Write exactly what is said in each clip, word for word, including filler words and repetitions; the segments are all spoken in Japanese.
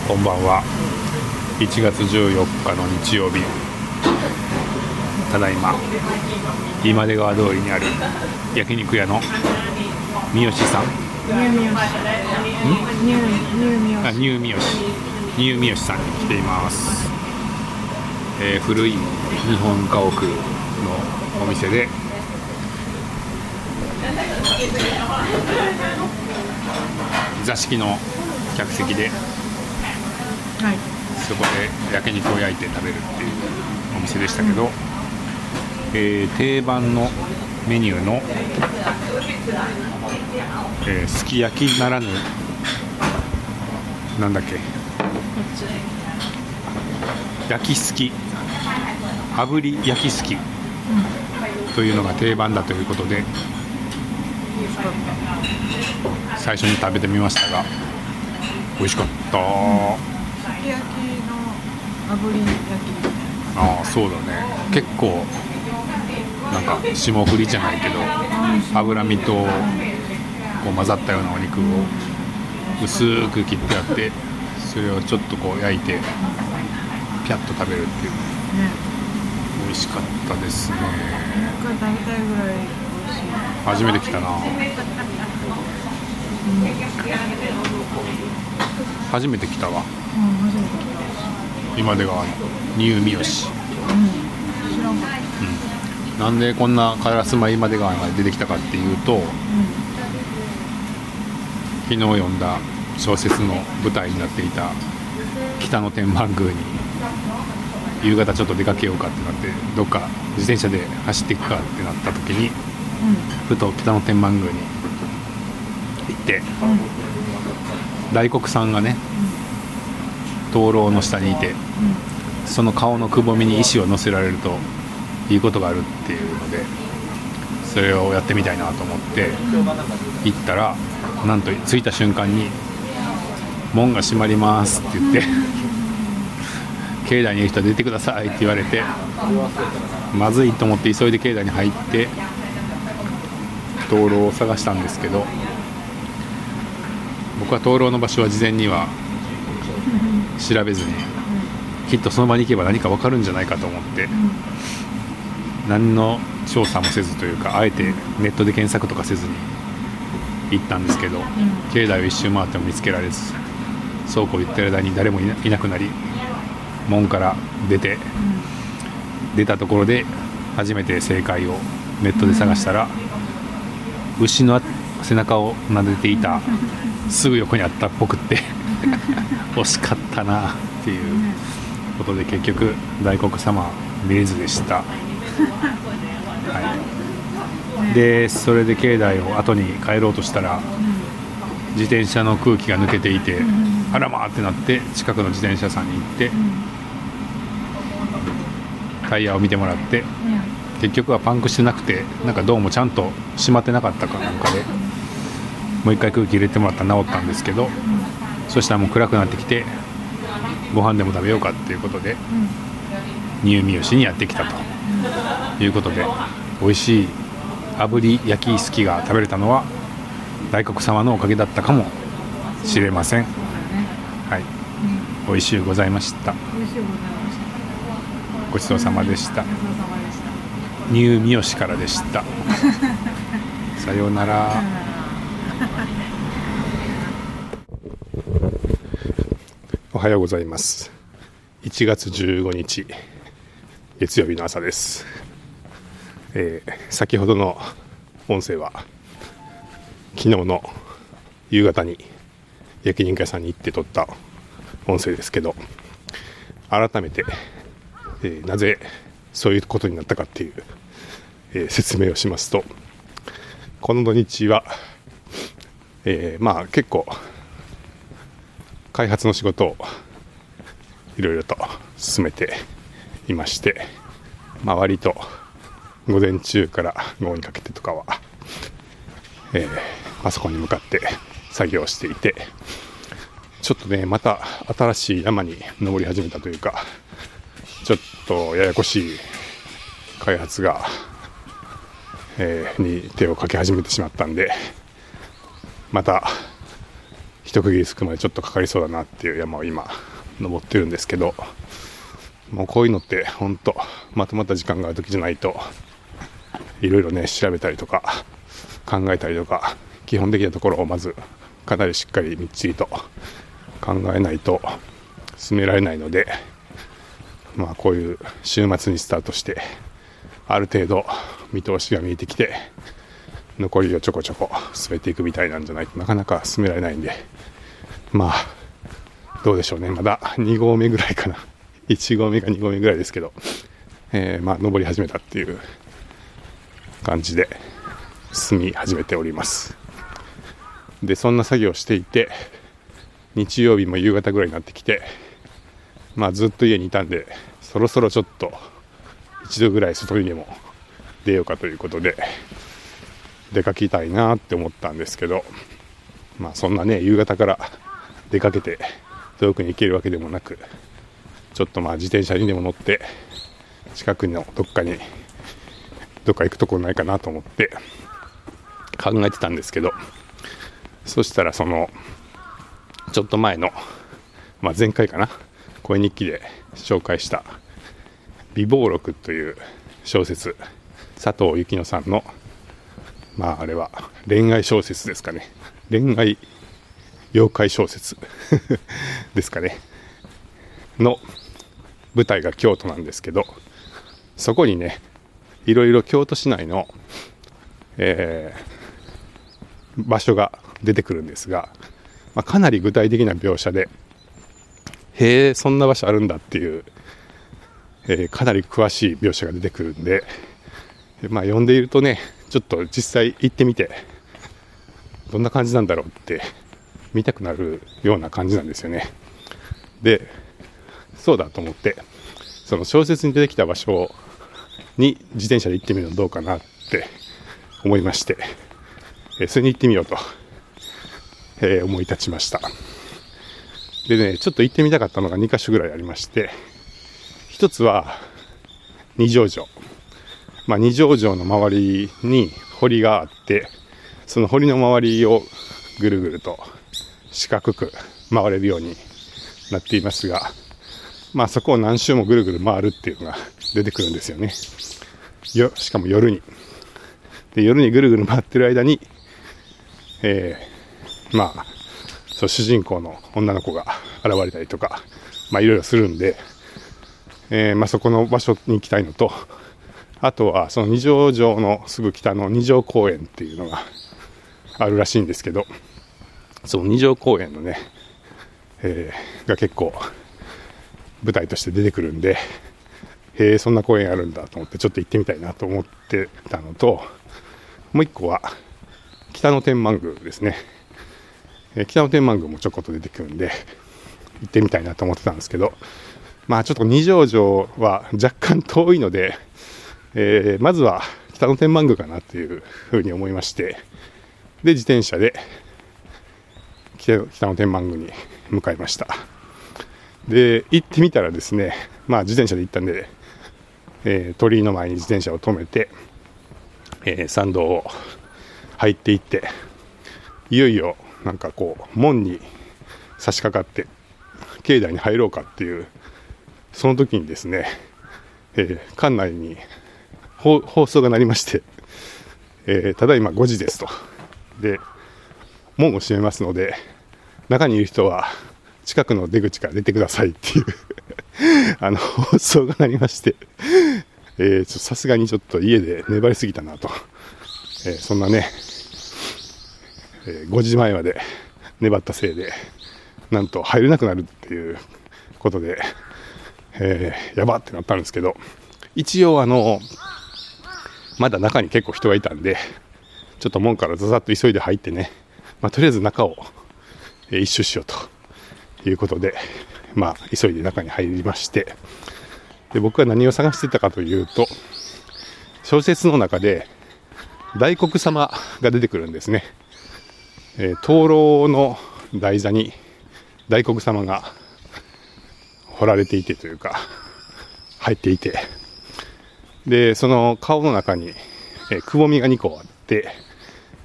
こんばんは。いちがつじゅうよっかの日曜日、ただいま今出川通りにある焼肉屋の三好さん、 ニューあ、ニュー三好ニュー三好さんに来ています。えー、古い日本家屋のお店で、座敷の客席で、 はい、 そこで焼肉を焼いて食べるっていうお店でしたけど、うん、えー、定番のメニューの、えー、すき焼きならぬなんだっけ、焼きすき、炙り焼きすきというのが定番だということで、最初に食べてみましたが美味しかった。 すき焼きの炙り焼き。 ああ、そうだね。結構なんか霜降りじゃないけど脂身とこう混ざったようなお肉を薄く切ってあって、それをちょっとこう焼いてピャッと食べるっていう、ね、美味しかったですね。 もう一回食べたいぐらい美味しい。 初めて来たな、うん、初めて来たわ、 うん、初めて来た。 今出川のニュー三好、うん、 知らんかった、 うん、なんでこんな烏丸今出川が出てきたかっていうと、うん、昨日読んだ小説の舞台になっていた北野天満宮に夕方ちょっと出かけようかってなって、どっか自転車で走っていくかってなった時に、うん、ふと北野天満宮に行って、うん、大黒さんがね、うん、灯籠の下にいて、うん、その顔のくぼみに石を乗せられるといいことがあるっていうので、それをやってみたいなと思って行ったら、なんと着いた瞬間に門が閉まりますって言って境内にいる人は出てくださいって言われて、まずいと思って急いで境内に入って灯籠を探したんですけど、僕は灯籠の場所は事前には調べずに、きっとその場に行けば何か分かるんじゃないかと思って何の調査もせずというか、あえてネットで検索とかせずに行ったんですけど、境内を一周回っても見つけられず、そうこう言ってる間に誰もい な, いなくなり、門から出て、うん、出たところで初めて正解をネットで探したら、うん、牛の背中を撫でていたすぐ横にあったっぽくって惜しかったなっていうことで、結局大黒様見れずでした、はい、でそれで境内を後に帰ろうとしたら、自転車の空気が抜けていて、あらまーってなって近くの自転車屋さんに行って、タイヤを見てもらって、結局はパンクしてなくて、なんかどうもちゃんと閉まってなかったかなんかで、もう一回空気入れてもらったら治ったんですけど、そしたらもう暗くなってきて、ご飯でも食べようかっていうことで、ニュー三好にやってきたということで、美味しい炙り焼きすきが食べれたのは大黒様のおかげだったかもしれません。はい、美味しゅうございました。ごちそうさまでした。ニュー三好からでしたさようならおはようございます。いちがつじゅうごにち月曜日の朝です。えー、先ほどの音声は昨日の夕方に焼肉屋さんに行って撮った音声ですけど、改めて、えー、なぜそういうことになったかっていう、えー、説明をしますと、この土日は、えー、まあ結構開発の仕事をいろいろと進めていまして、まあ、割と午前中から午後にかけてとかは、えー、パソコンに向かって作業していて、ちょっとねまた新しい山に登り始めたというか、ちょっとややこしい開発が、えー、に手をかけ始めてしまったんで、また一区切りつくまでちょっとかかりそうだなっていう山を今登ってるんですけど、もうこういうのって本当まとまった時間がある時じゃないといろいろね調べたりとか考えたりとか、基本的なところをまずかなりしっかりみっちりと考えないと進められないので、まあこういう週末にスタートしてある程度見通しが見えてきて残りをちょこちょこ進めていくみたいなんじゃないとなかなか進められないんで、まあどうでしょうね、まだに合目ぐらいかな、いち合目かに合目ぐらいですけど、えー、まあ登り始めたっていう感じで進み始めております。でそんな作業をしていて、日曜日も夕方ぐらいになってきて、まあずっと家にいたんで、そろそろちょっと一度ぐらい外にでも出ようかということで出かけたいなって思ったんですけど、まあそんなね夕方から出かけて遠くに行けるわけでもなく、ちょっとまあ自転車にでも乗って近くのどっかにどっか行くところないかなと思って考えてたんですけど、そしたらそのちょっと前の、まあ、前回かな声日記で紹介した美貌録という小説、佐藤幸乃さんの、まああれは恋愛小説ですかね、恋愛妖怪小説ですかねの舞台が京都なんですけど、そこにねいろいろ京都市内の、えー、場所が出てくるんですが、まあ、かなり具体的な描写で、へえそんな場所あるんだっていう、えー、かなり詳しい描写が出てくるんで、まあ読んでいるとねちょっと実際行ってみてどんな感じなんだろうって見たくなるような感じなんですよね。でそうだと思って、その小説に出てきた場所に自転車で行ってみるのどうかなって思いまして、えー、それに行ってみようと、えー、思い立ちました。でねちょっと行ってみたかったのがにカ所ぐらいありまして、一つは二条城、まあ、二条城の周りに堀があって、その堀の周りをぐるぐると四角く回れるようになっていますが、まあそこを何周もぐるぐる回るっていうのが出てくるんですよね。よしかも夜にで夜にぐるぐる回ってる間に、えー、まあそう主人公の女の子が現れたりとか、まあいろいろするんで、えー、まあそこの場所に行きたいのと、あとはその二条城のすぐ北の二条公園っていうのがあるらしいんですけど、その二条公園のね、えー、が結構舞台として出てくるんで、へえそんな公園あるんだと思ってちょっと行ってみたいなと思ってたのと、もう一個は北野天満宮ですね、えー、北野天満宮もちょこっと出てくるんで行ってみたいなと思ってたんですけど、まあちょっと二条城は若干遠いので、えー、まずは北野天満宮かなっていうふうに思いまして、で自転車で北野天満宮に向かいました。で行ってみたらですね、まあ自転車で行ったんで、えー、鳥居の前に自転車を止めて、えー、参道を入っていって、いよいよなんかこう門に差し掛かって境内に入ろうかっていうその時にですね、えー、館内に放送が鳴りまして、えー、ただいまごじですと、で門を閉めますので中にいる人は近くの出口から出てくださいっていうあの放送が鳴りまして、えー、さすがにちょっと家で粘りすぎたなと、えー、そんなね、えー、ごじまえまで粘ったせいでなんと入れなくなるっていうことで、えー、やばってなったんですけど、一応あのまだ中に結構人がいたんでちょっと門からザザッと急いで入ってね、まあ、とりあえず中を、えー、一周しようということで、まあ急いで中に入りまして、で僕は何を探していたかというと、小説の中で大黒様が出てくるんですね。えー、灯籠の台座に大黒様が彫られていてというか入っていて、でその顔の中に、えー、くぼみがにこあって、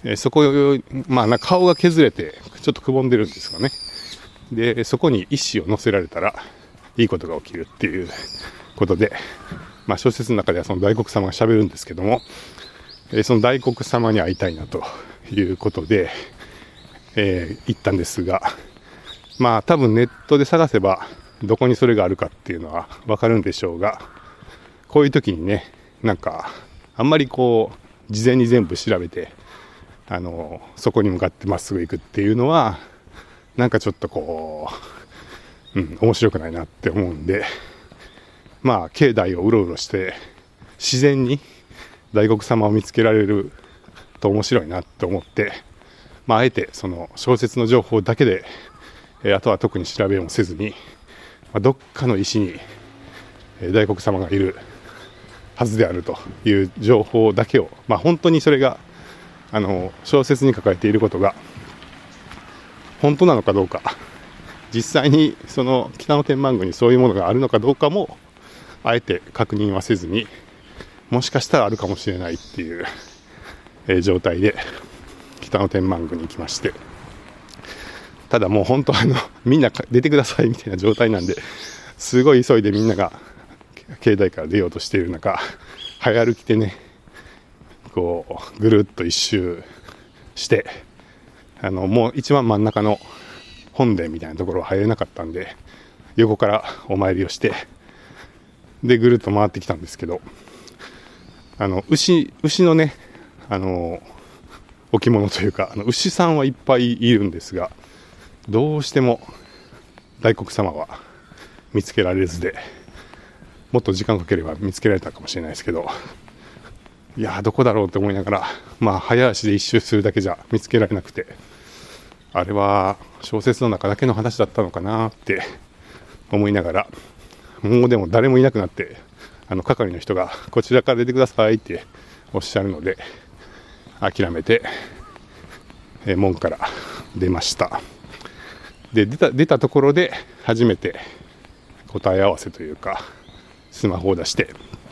えー、そこ、まあ、なんか顔が削れてちょっとくぼんでるんですよね。でそこに石を乗せられたらいいことが起きるっていうことで、まあ、小説の中ではその大黒様が喋るんですけども、えー、その大黒様に会いたいなということで、えー、行ったんですが、まあ多分ネットで探せばどこにそれがあるかっていうのは分かるんでしょうが、こういう時にね、なんかあんまりこう事前に全部調べてあのそこに向かってまっすぐ行くっていうのはなんかちょっとこう、うん、面白くないなって思うんで、まあ境内をうろうろして自然に大黒様を見つけられると面白いなと思って、まあ、あえてその小説の情報だけで、えー、あとは特に調べもせずに、まあ、どっかの石に、えー、大黒様がいるはずであるという情報だけを、まあ、本当にそれがあの小説に書かれていることが本当なのかどうか、実際にその北野天満宮にそういうものがあるのかどうかもあえて確認はせずに、もしかしたらあるかもしれないっていう、えー、状態で北野天満宮に行きまして、ただもう本当あのみんな出てくださいみたいな状態なんで、すごい急いでみんなが境内から出ようとしている中、早歩きでねこうぐるっと一周して、あのもう一番真ん中の本殿みたいなところは入れなかったんで、横からお参りをしてでぐるっと回ってきたんですけど、あの 牛, 牛のねあの置物というか、あの牛さんはいっぱいいるんですが、どうしても大黒様は見つけられずで、もっと時間かければ見つけられたかもしれないですけど、いやどこだろうって思いながら、まあ早足で一周するだけじゃ見つけられなくて、あれは小説の中だけの話だったのかなって思いながら、もうでも誰もいなくなって、あの係の人がこちらから出てくださいっておっしゃるので諦めて、えー、門から出ました。で 出た、出たところで初めて答え合わせというかスマホを出して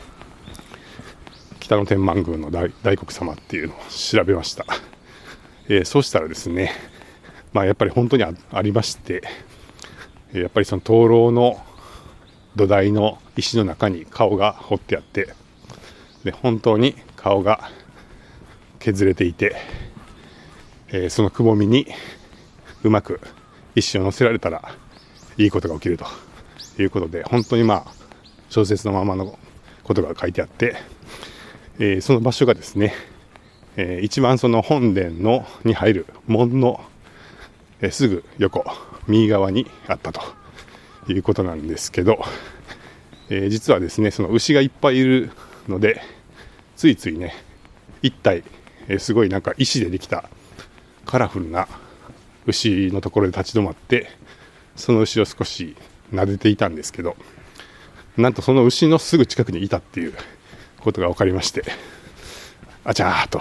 北野天満宮の 大, 大黒様っていうのを調べました。えー、そうしたらですね、まあ、やっぱり本当に あ, ありまして、やっぱりその灯籠の土台の石の中に顔が彫ってあって、で本当に顔が削れていて、えー、そのくぼみにうまく石を乗せられたらいいことが起きるということで、本当にまあ小説のままのことが書いてあって、えー、その場所がですね、えー、一番その本殿のに入る門の、えー、すぐ横右側にあったということなんですけど、えー、実はですねその牛がいっぱいいるので、ついついね一体、えー、すごいなんか石でできたカラフルな牛のところで立ち止まって、その牛を少し撫でていたんですけど、なんとその牛のすぐ近くにいたっていうことが分かりまして、あちゃーと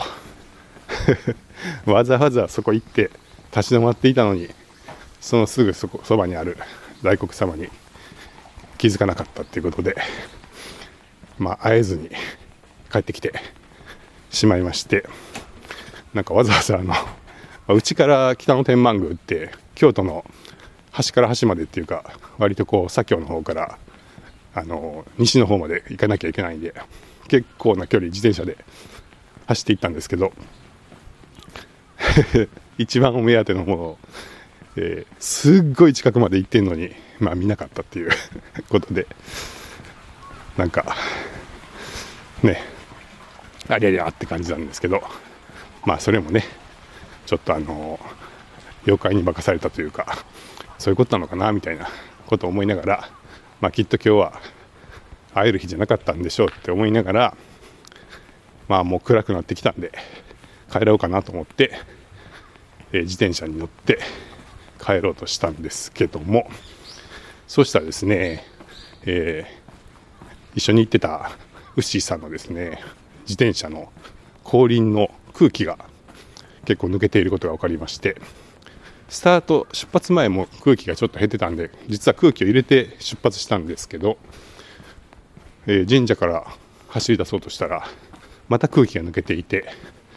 わざわざそこ行って立ち止まっていたのに、そのすぐそこそばにある大黒様に気づかなかったっていうことで、まあ会えずに帰ってきてしまいまして、なんかわざわざあのうちから北野天満宮って京都の端から端までっていうか、割とこう左京の方からあの西の方まで行かなきゃいけないんで、結構な距離自転車で走っていったんですけど一番お目当てのものを、えー、すっごい近くまで行ってんのに、まあ見なかったっていうことで、なんかねありゃりゃって感じなんですけど、まあそれもねちょっとあの妖怪に化かされたというか、そういうことなのかなみたいなことを思いながら、まあきっと今日は会える日じゃなかったんでしょうって思いながら、まあもう暗くなってきたんで帰ろうかなと思って、えー、自転車に乗って帰ろうとしたんですけども、そうしたらですね、えー、一緒に行ってたウッシーさんのですね自転車の後輪の空気が結構抜けていることが分かりまして、スタート出発前も空気がちょっと減ってたんで、実は空気を入れて出発したんですけど、えー、神社から走り出そうとしたらまた空気が抜けていて、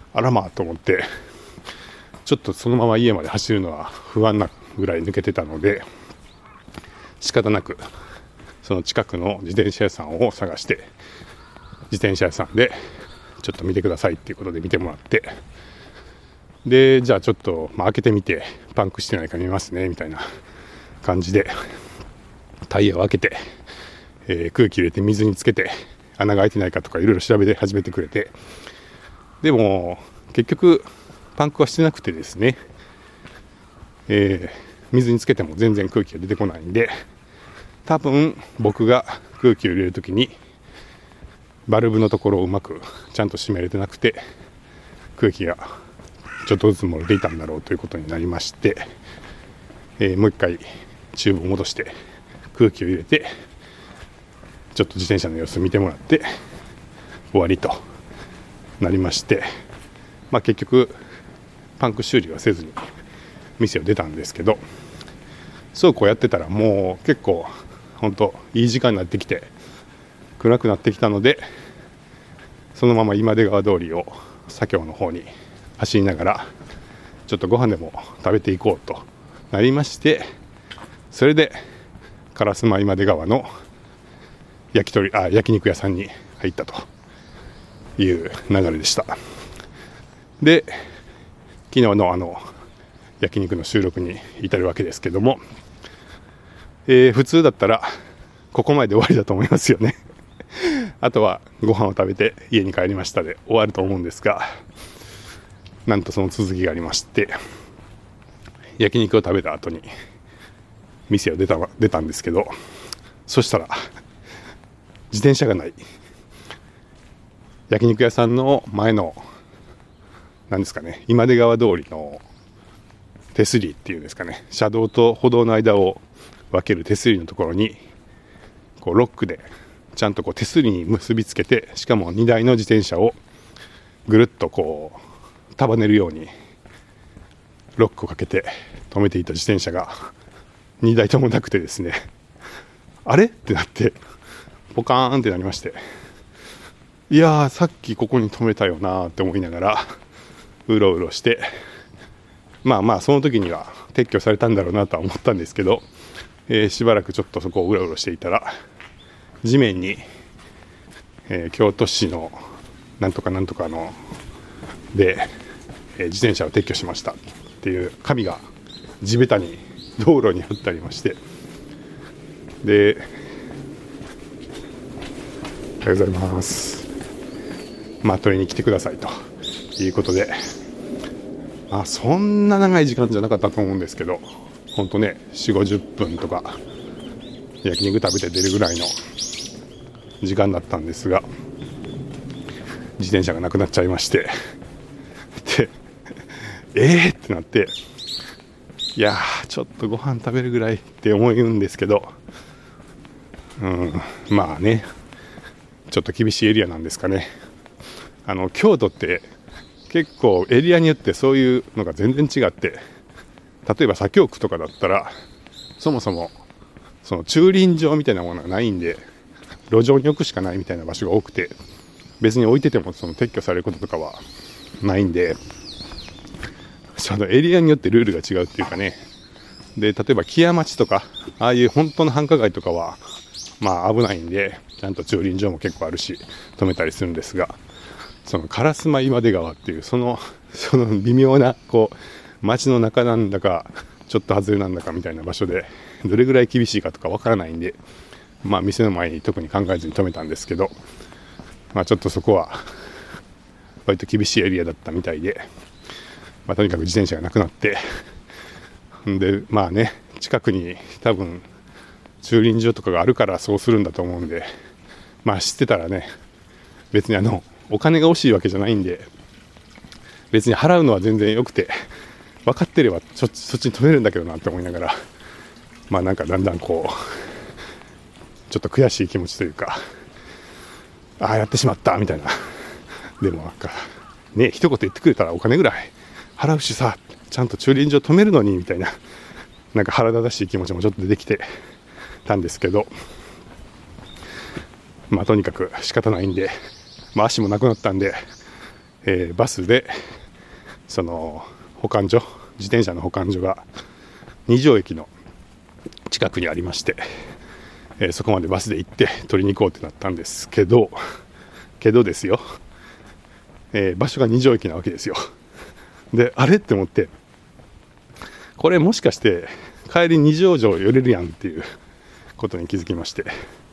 あらまあと思って、ちょっとそのまま家まで走るのは不安なぐらい抜けてたので、仕方なくその近くの自転車屋さんを探して、自転車屋さんでちょっと見てくださいっていうことで見てもらって、でじゃあちょっと、まあ、開けてみてパンクしてないか見ますねみたいな感じでタイヤを開けて、えー、空気入れて水につけて穴が開いてないかとかいろいろ調べて始めてくれて、でも結局パンクはしてなくてですね、えー、水につけても全然空気が出てこないんで、多分僕が空気を入れるときにバルブのところをうまくちゃんと締めれてなくて、空気がちょっとずつ漏れていたんだろうということになりまして、えー、もう一回チューブを戻して空気を入れて、ちょっと自転車の様子を見てもらって終わりとなりまして、まあ、結局パンク修理はせずに店を出たんですけど、そうこうやってたらもう結構本当いい時間になってきて暗くなってきたので、そのまま今出川通りを左京の方に走りながらちょっとご飯でも食べていこうとなりまして、それで烏丸今出川の焼き鳥あ焼肉屋さんに入ったという流れでした。で昨日のあの焼肉の収録に至るわけですけども、えー、普通だったらここまでで終わりだと思いますよねあとはご飯を食べて家に帰りましたで終わると思うんですが、なんとその続きがありまして、焼肉を食べた後に店を出た、出たんですけど、そしたら自転車がない。焼肉屋さんの前のなんですかね、今出川通りの手すりっていうんですかね、車道と歩道の間を分ける手すりのところにこうロックでちゃんとこう手すりに結びつけて、しかもにだいの自転車をぐるっとこう束ねるようにロックをかけて止めていた自転車がにだいともなくてですね、あれってなってポカーンってなりまして、いやーさっきここに止めたよなーって思いながらうろうろして、まあまあその時には撤去されたんだろうなとは思ったんですけど、えー、しばらくちょっとそこをうろうろしていたら地面に、えー、京都市のなんとかなんとかので、えー、自転車を撤去しましたっていう紙が地べたに道路に貼ってありまして、でおはようございます、まあ取りに来てくださいということで、まあそんな長い時間じゃなかったと思うんですけど、本当ね よんじゅうごじゅっぷんとか焼肉食べて出るぐらいの時間だったんですが、自転車がなくなっちゃいましてでえーってなって、いやーちょっとご飯食べるぐらいって思うんですけど、うん、まあねちょっと厳しいエリアなんですかね。あの京都って結構エリアによってそういうのが全然違って、例えば左京区とかだったらそもそもその駐輪場みたいなものがないんで、路上に置くしかないみたいな場所が多くて、別に置いててもその撤去されることとかはないんで、そのエリアによってルールが違うっていうかね。で例えば木屋町とかああいう本当の繁華街とかはまあ危ないんで、ちゃんと駐輪場も結構あるし止めたりするんですが、その烏丸今出川っていうそのその微妙なこう街の中なんだかちょっと外れなんだかみたいな場所でどれぐらい厳しいかとかわからないんで、まあ店の前に特に考えずに止めたんですけど、まあちょっとそこは割と厳しいエリアだったみたいで、まあとにかく自転車がなくなって、んでまあね近くに多分駐輪場とかがあるからそうするんだと思うんで、まあ知ってたらね別にあのお金が欲しいわけじゃないんで、別に払うのは全然よくて、分かってればそっち、そっちに止めるんだけどなって思いながら、まあなんかだんだんこうちょっと悔しい気持ちというか、ああやってしまったみたいな、でもなんかね一言言ってくれたらお金ぐらい払うしさ、ちゃんと駐輪場止めるのにみたいな、なんか腹立たしい気持ちもちょっと出てきてたんですけど、まあとにかく仕方ないんで、まあ足もなくなったんでえー、バスでその保管所、自転車の保管所が二条駅の近くにありまして、えー、そこまでバスで行って取りに行こうってなったんですけどけどですよ、えー、場所が二条駅なわけですよ。で、あれって思って、これもしかして帰り二条城寄れるやんっていうことに気づきまして、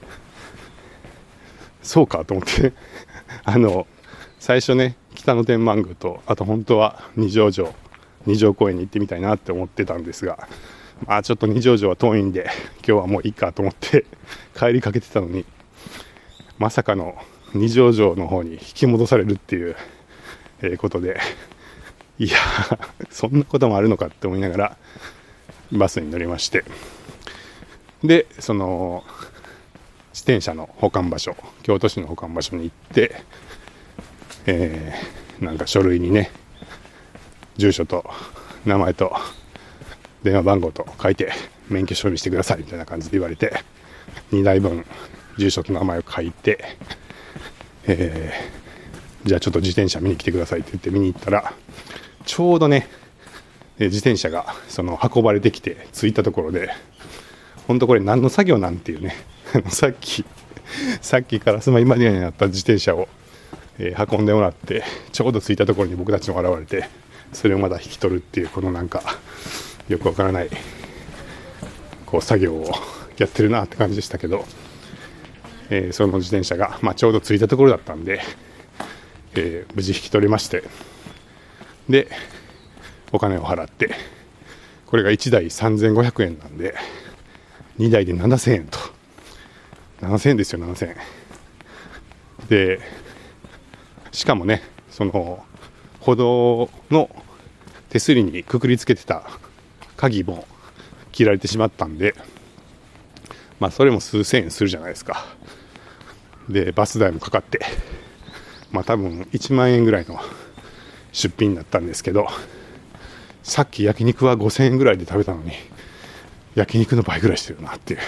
そうかと思ってあの最初ね、北野天満宮と、あと本当は二条城二条公園に行ってみたいなって思ってたんですが、まあちょっと二条城は遠いんで今日はもういいかと思って帰りかけてたのに、まさかの二条城の方に引き戻されるっていう、えー、ことで、いやそんなこともあるのかって思いながらバスに乗りまして、でその自転車の保管場所、京都市の保管場所に行って、えー、なんか書類にね、住所と名前と電話番号と書いて免許証にしてくださいみたいな感じで言われて、にだいぶん住所と名前を書いて、えー、じゃあちょっと自転車見に来てくださいって言って見に行ったら、ちょうどね自転車がその運ばれてきて着いたところで、本当これ何の作業なんていうねさっきさっきからスマイマニアになった自転車を、えー、運んでもらって、ちょうど着いたところに僕たちも現れて、それをまだ引き取るっていう、このなんかよくわからないこう作業をやってるなって感じでしたけど、えー、その自転車が、まあ、ちょうど着いたところだったんで、えー、無事引き取れまして、でお金を払って、これがいちだいさんぜんごひゃくえんなんでにだいでななせんえんと、ななせんえんですよ、ななせんえんで、しかもね、その歩道の手すりにくくりつけてた鍵も切られてしまったんで、まあそれも数千円するじゃないですか。でバス代もかかって、まあ多分いちまんえんぐらいの出費になったんですけど、さっき焼肉はごせんえんぐらいで食べたのに焼肉の倍ぐらいしてるなっていう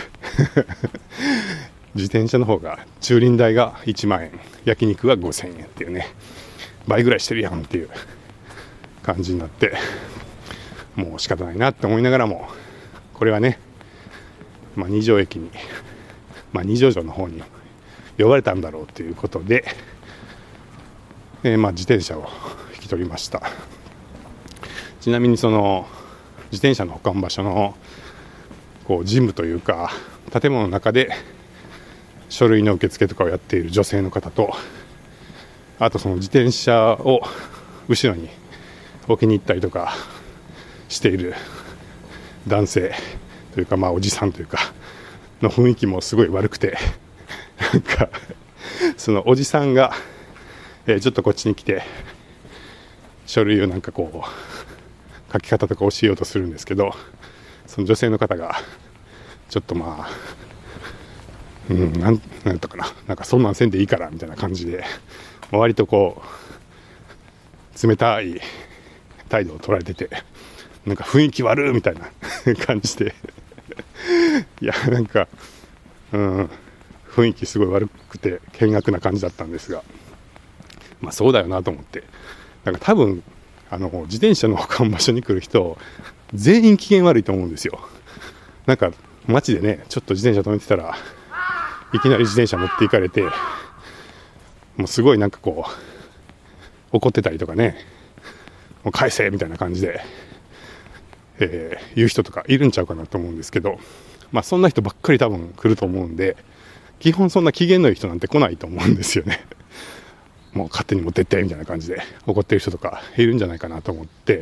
自転車の方が駐輪代がいちまんえん、焼肉はごせんえんっていうね、倍ぐらいしてるやんっていう感じになって、もう仕方ないなって思いながらも、これはね、まあ、二条駅に、まあ、二条城の方に呼ばれたんだろうということで、えー、まあ自転車を引き取りました。ちなみにその自転車の保管場所のこう事務というか、建物の中で書類の受付とかをやっている女性の方と、あとその自転車を後ろに置きに行ったりとかしている男性というか、まあおじさんというかの雰囲気もすごい悪くて、なんかそのおじさんが、えー、ちょっとこっちに来て書類をなんかこう書き方とか教えようとするんですけど、その女性の方がちょっとまあ、うん、なんなんとかな、なんかそんなんせんでいいからみたいな感じで、割とこう冷たい態度を取られてて、なんか雰囲気悪いみたいな感じでいやなんか、うん、雰囲気すごい悪くて険悪な感じだったんですが、まあそうだよなと思って、なんか多分あの自転車の保管場所に来る人全員機嫌悪いと思うんですよ。なんか街でね、ちょっと自転車止めてたらいきなり自転車持っていかれて、もうすごいなんかこう怒ってたりとかね、もう返せみたいな感じで、えー、言う人とかいるんちゃうかなと思うんですけど、まあそんな人ばっかり多分来ると思うんで、基本そんな機嫌のいい人なんて来ないと思うんですよね。もう勝手に持ってってみたいな感じで怒ってる人とかいるんじゃないかなと思って、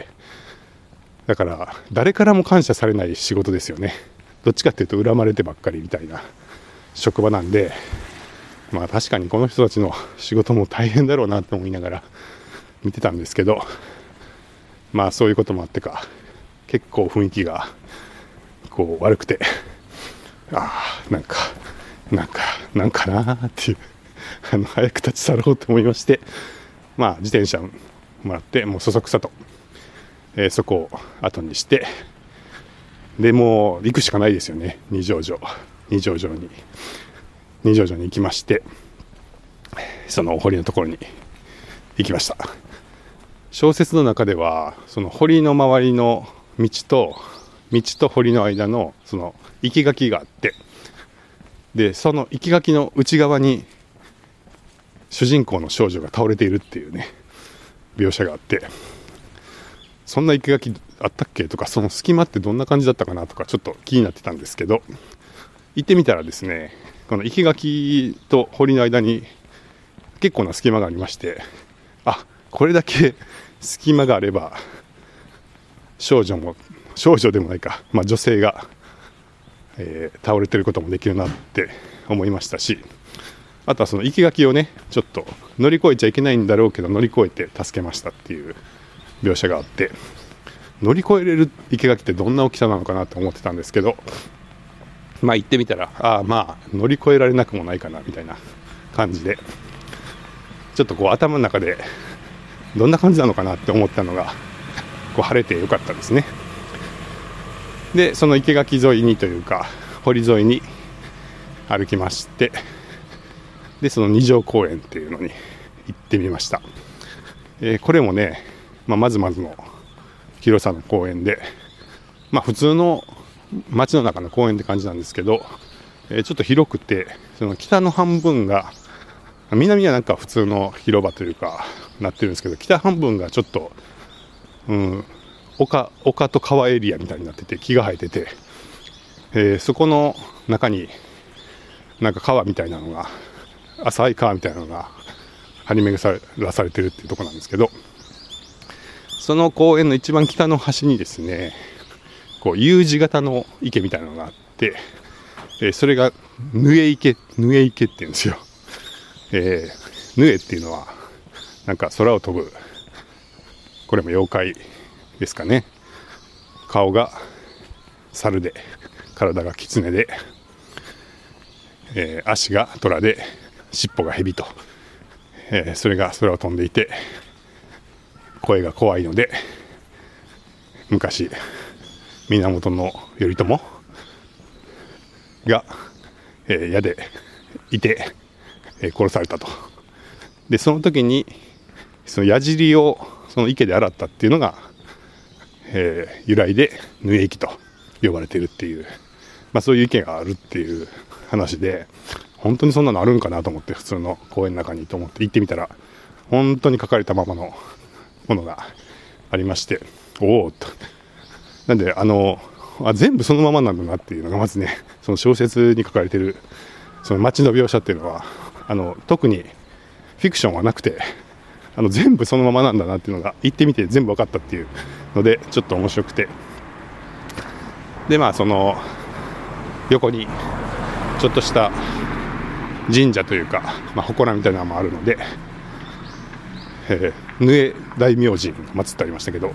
だから誰からも感謝されない仕事ですよね。どっちかっていうと恨まれてばっかりみたいな職場なんで、まあ確かにこの人たちの仕事も大変だろうなと思いながら見てたんですけど、まあそういうこともあってか結構雰囲気がこう悪くて、ああなんかなんかなんかなーっていうあの早く立ち去ろうと思いまして、まあ自転車もらってもうそそくさと、えー、そこを後にして、でもう行くしかないですよね。二条城二条城に二条城に行きまして、そのお堀のところに行きました。 小説の中ではその堀の周りの道と道と堀の間のその生垣があって、でその生垣の内側に主人公の少女が倒れているっていうね描写があって、そんな生垣あったっけとか、その隙間ってどんな感じだったかなとかちょっと気になってたんですけど、行ってみたらですね、この生垣と堀の間に結構な隙間がありまして、あ、これだけ隙間があれば少女も少女でもないか、まあ、女性が、えー、倒れてることもできるなって思いましたし、あとはその生垣をねちょっと乗り越えちゃいけないんだろうけど乗り越えて助けましたっていう描写があって、乗り越えれる生垣ってどんな大きさなのかなと思ってたんですけど、まあ行ってみたら、ああまあ乗り越えられなくもないかなみたいな感じで、ちょっとこう頭の中でどんな感じなのかなって思ったのがこう晴れてよかったですね。でその生垣沿いにというか堀沿いに歩きまして、でその二条公園っていうのに行ってみました。えー、これもね、まあ、まずまずの広さの公園で、まあ、普通の街の中の公園って感じなんですけど、えー、ちょっと広くて、その北の半分が、南はなんか普通の広場というかなってるんですけど、北半分がちょっと、うん、丘、丘と川エリアみたいになってて、木が生えてて、えー、そこの中になんか川みたいなのが、浅い川みたいなのが張り巡らされてるっていうところなんですけど、その公園の一番北の端にですね、こう U 字型の池みたいなのがあって、えー、それがぬえ池、ぬえ池って言うんですよ。えー、ぬえっていうのはなんか空を飛ぶ、これも妖怪ですかね。顔が猿で、体が狐で、えー、足が虎で、尻尾が蛇と、えー、それが空を飛んでいて声が怖いので、昔源頼朝が、えー、矢でいて、えー、殺されたと。でその時にその矢尻をその池で洗ったっていうのが、えー、由来でぬえ池と呼ばれているっていう、まあ、そういう池があるっていう話で、本当にそんなのあるんかなと思って、普通の公園の中にと思って行ってみたら、本当に書かれたままのものがありまして、おおと、なんであのあ全部そのままなんだなっていうのがまずね、その小説に書かれているその街の描写っていうのは、あの特にフィクションはなくて、あの全部そのままなんだなっていうのが行ってみて全部分かったっていうので、ちょっと面白くて、でまあその横にちょっとした神社というか、まあ、祠みたいなのもあるので、えー、ぬえ大明神が祀ってありましたけど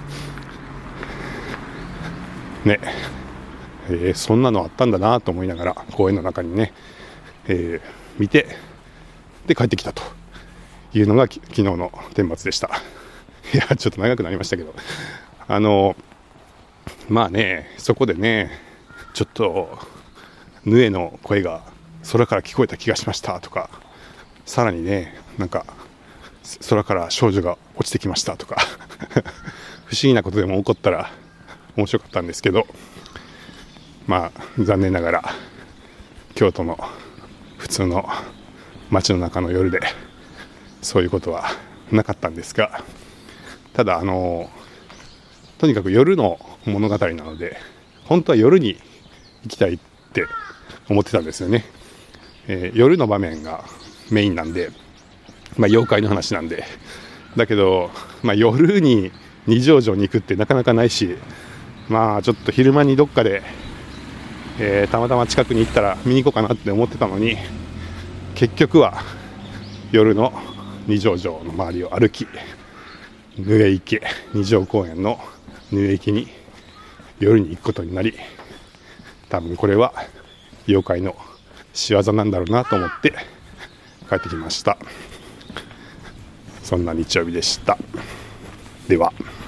ね、えー、そんなのあったんだなと思いながら公園の中にね、えー、見て、で帰ってきたというのがき昨日の天末でした。いやちょっと長くなりましたけど、あのまあね、そこでねちょっとぬえの声が空から聞こえた気がしましたとか、さらにね、なんか空から少女が落ちてきましたとか不思議なことでも起こったら面白かったんですけど、まあ残念ながら京都の普通の街の中の夜でそういうことはなかったんですが、ただあのとにかく夜の物語なので、本当は夜に行きたいって思ってたんですよね。えー、夜の場面がメインなんで、まあ、妖怪の話なんで、だけど、まあ、夜に二条城に行くってなかなかないし、まあちょっと昼間にどっかで、えー、たまたま近くに行ったら見に行こうかなって思ってたのに、結局は夜の二条城の周りを歩き、ぬえ池、二条公園のぬえ池に夜に行くことになり、多分これは妖怪の仕業なんだろうなと思って帰ってきました。そんな日曜日でした。では。